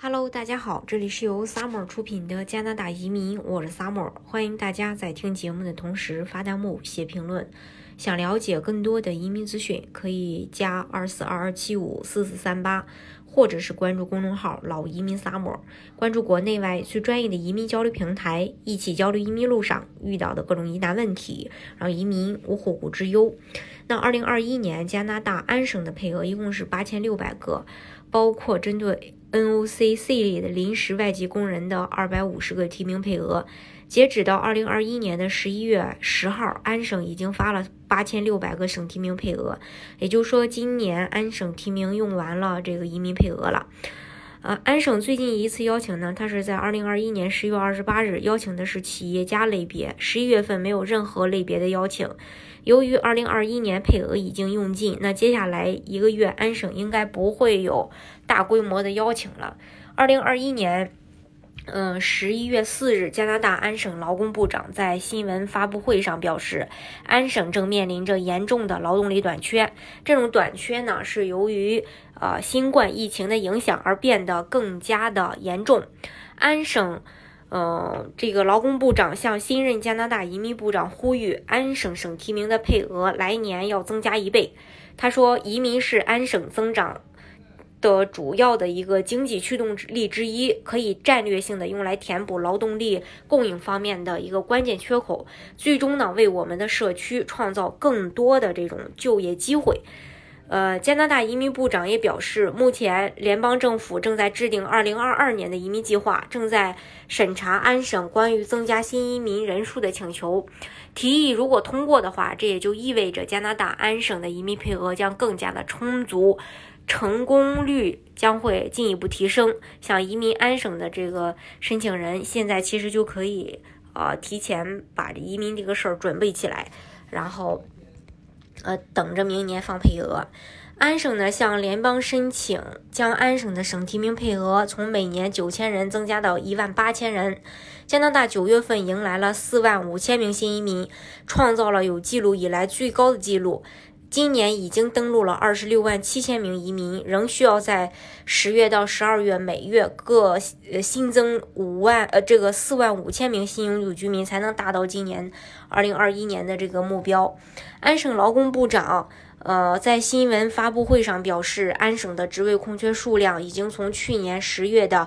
Hello，大家好，这里是由 Summer 出品的加拿大移民，我是 Summer， 欢迎大家在听节目的同时发弹幕、写评论。想了解更多的移民资讯，可以加2422754438，或者是关注公众号老移民 Summer， 关注国内外最专业的移民交流平台，一起交流移民路上遇到的各种疑难问题，让移民无后顾之忧。那2021年加拿大安省的配额一共是8600个，包括针对NOC 系列的临时外籍工人的250个提名配额。截止到2021年的11月10号，安省已经发了8600个省提名配额，也就是说今年安省提名用完了这个移民配额了。安省最近一次邀请呢，它是在2021年10月28日邀请的是企业家类别，11月份没有任何类别的邀请。由于2021年配额已经用尽，那接下来一个月安省应该不会有大规模的邀请了。2021年11月4日，加拿大安省劳工部长在新闻发布会上表示，安省正面临着严重的劳动力短缺。这种短缺呢，是由于新冠疫情的影响而变得更加的严重。安省这个劳工部长向新任加拿大移民部长呼吁，安省省提名的配额来年要增加1倍。他说，移民是安省增长的主要的一个经济驱动力之一，可以战略性的用来填补劳动力供应方面的一个关键缺口，最终呢为我们的社区创造更多的这种就业机会。加拿大移民部长也表示，目前联邦政府正在制定2022年的移民计划，正在审查安省关于增加新移民人数的请求。提议如果通过的话，这也就意味着加拿大安省的移民配额将更加的充足，成功率将会进一步提升。像移民安省的这个申请人，现在其实就可以提前把这移民这个事儿准备起来，然后等着明年放配额。安省呢向联邦申请将安省的省提名配额从每年9000人增加到18000人。加拿大9月份迎来了45000名新移民，创造了有记录以来最高的记录。今年已经登陆了267000名移民，仍需要在10月到12月每月各新增45000名新永久居民，才能达到今年2021年的这个目标。安省劳工部长在新闻发布会上表示，安省的职位空缺数量已经从去年10月的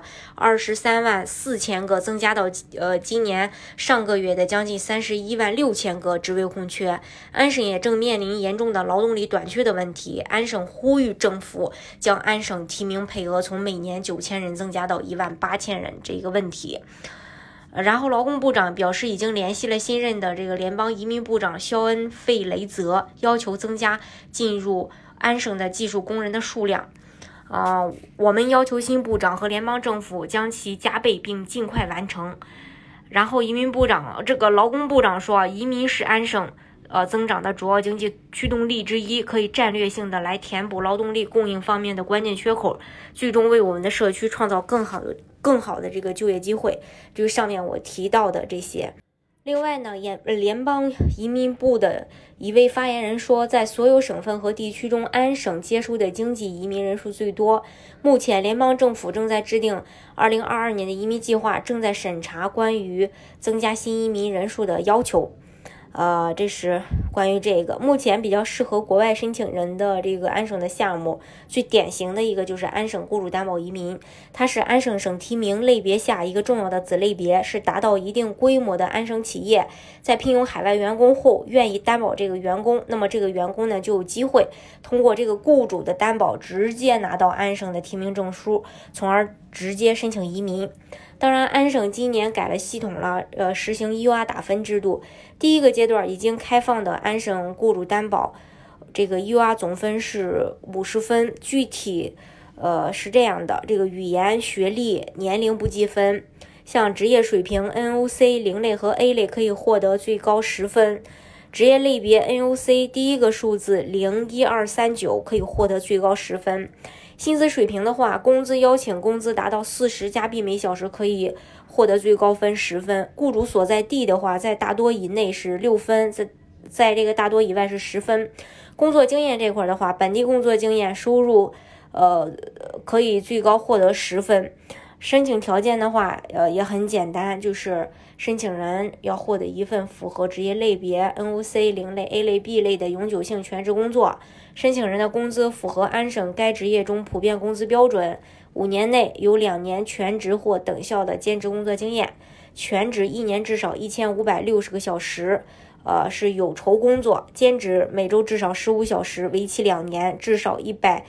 234000个增加到今年上个月的将近316000个职位空缺。安省也正面临严重的劳动力短缺的问题。安省呼吁政府将安省提名配额从每年9000人增加到18000人这个问题。然后劳工部长表示，已经联系了新任的这个联邦移民部长肖恩·费雷泽，要求增加进入安省的技术工人的数量。我们要求新部长和联邦政府将其加倍并尽快完成。然后劳工部长说，移民是安省增长的主要经济驱动力之一，可以战略性的来填补劳动力供应方面的关键缺口，最终为我们的社区创造更好的这个就业机会。就是上面我提到的这些。另外呢，联邦移民部的一位发言人说，在所有省份和地区中，安省接收的经济移民人数最多。目前联邦政府正在制定2022年的移民计划，正在审查关于增加新移民人数的要求。这是关于这个目前比较适合国外申请人的这个安省的项目。最典型的一个就是安省雇主担保移民，它是安省省提名类别下一个重要的子类别，是达到一定规模的安省企业在聘用海外员工后愿意担保这个员工，那么这个员工呢就有机会通过这个雇主的担保直接拿到安省的提名证书，从而直接申请移民。当然，安省今年改了系统了，实行 EUR 打分制度。第一个阶段已经开放的安省雇主担保，这个 EUR 总分是50分，具体是这样的，这个语言、学历、年龄不计分，像职业水平 NOC 0类和 A 类可以获得最高10分，职业类别 NOC 第一个数字01239可以获得最高10分。薪资水平的话，工资邀请工资达到40加币每小时可以获得最高分10分。雇主所在地的话，在大多以内是6分，在这个大多以外是10分。工作经验这块的话，本地工作经验收入可以最高获得10分。 申请条件的话，也很简单，就是申请人要获得一份符合职业类别 NOC 0类、A 类、B 类的永久性全职工作，申请人的工资符合安省该职业中普遍工资标准，5年内有2年全职或等效的兼职工作经验，全职1年至少1560个小时，是有酬工作，兼职每周至少15小时，为期2年，至少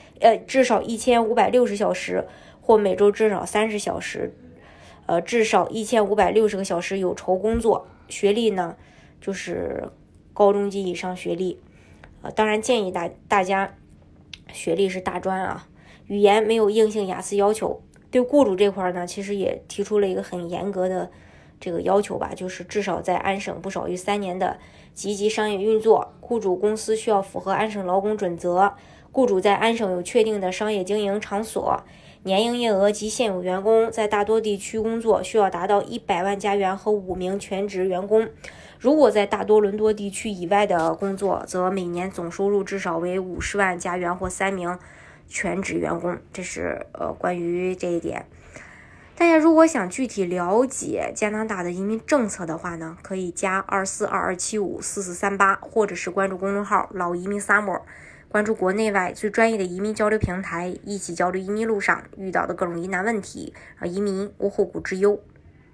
1560小时，或每周至少30小时，至少1560个小时有酬工作。学历呢，就是高中及以上学历，当然建议大家学历是大专啊。语言没有硬性雅思要求。对雇主这块呢，其实也提出了一个很严格的这个要求吧，就是至少在安省不少于3年的积极商业运作，雇主公司需要符合安省劳工准则，雇主在安省有确定的商业经营场所，年营业额及现有员工在大多地区工作需要达到100万加元和5名全职员工。如果在大多伦多地区以外的工作，则每年总收入至少为50万加元或3名全职员工。这是关于这一点。大家如果想具体了解加拿大的移民政策的话呢，可以加2422754438，或者是关注公众号老移民 Summer， 关注国内外最专业的移民交流平台，一起交流移民路上遇到的各种疑难问题，移民无后顾之忧。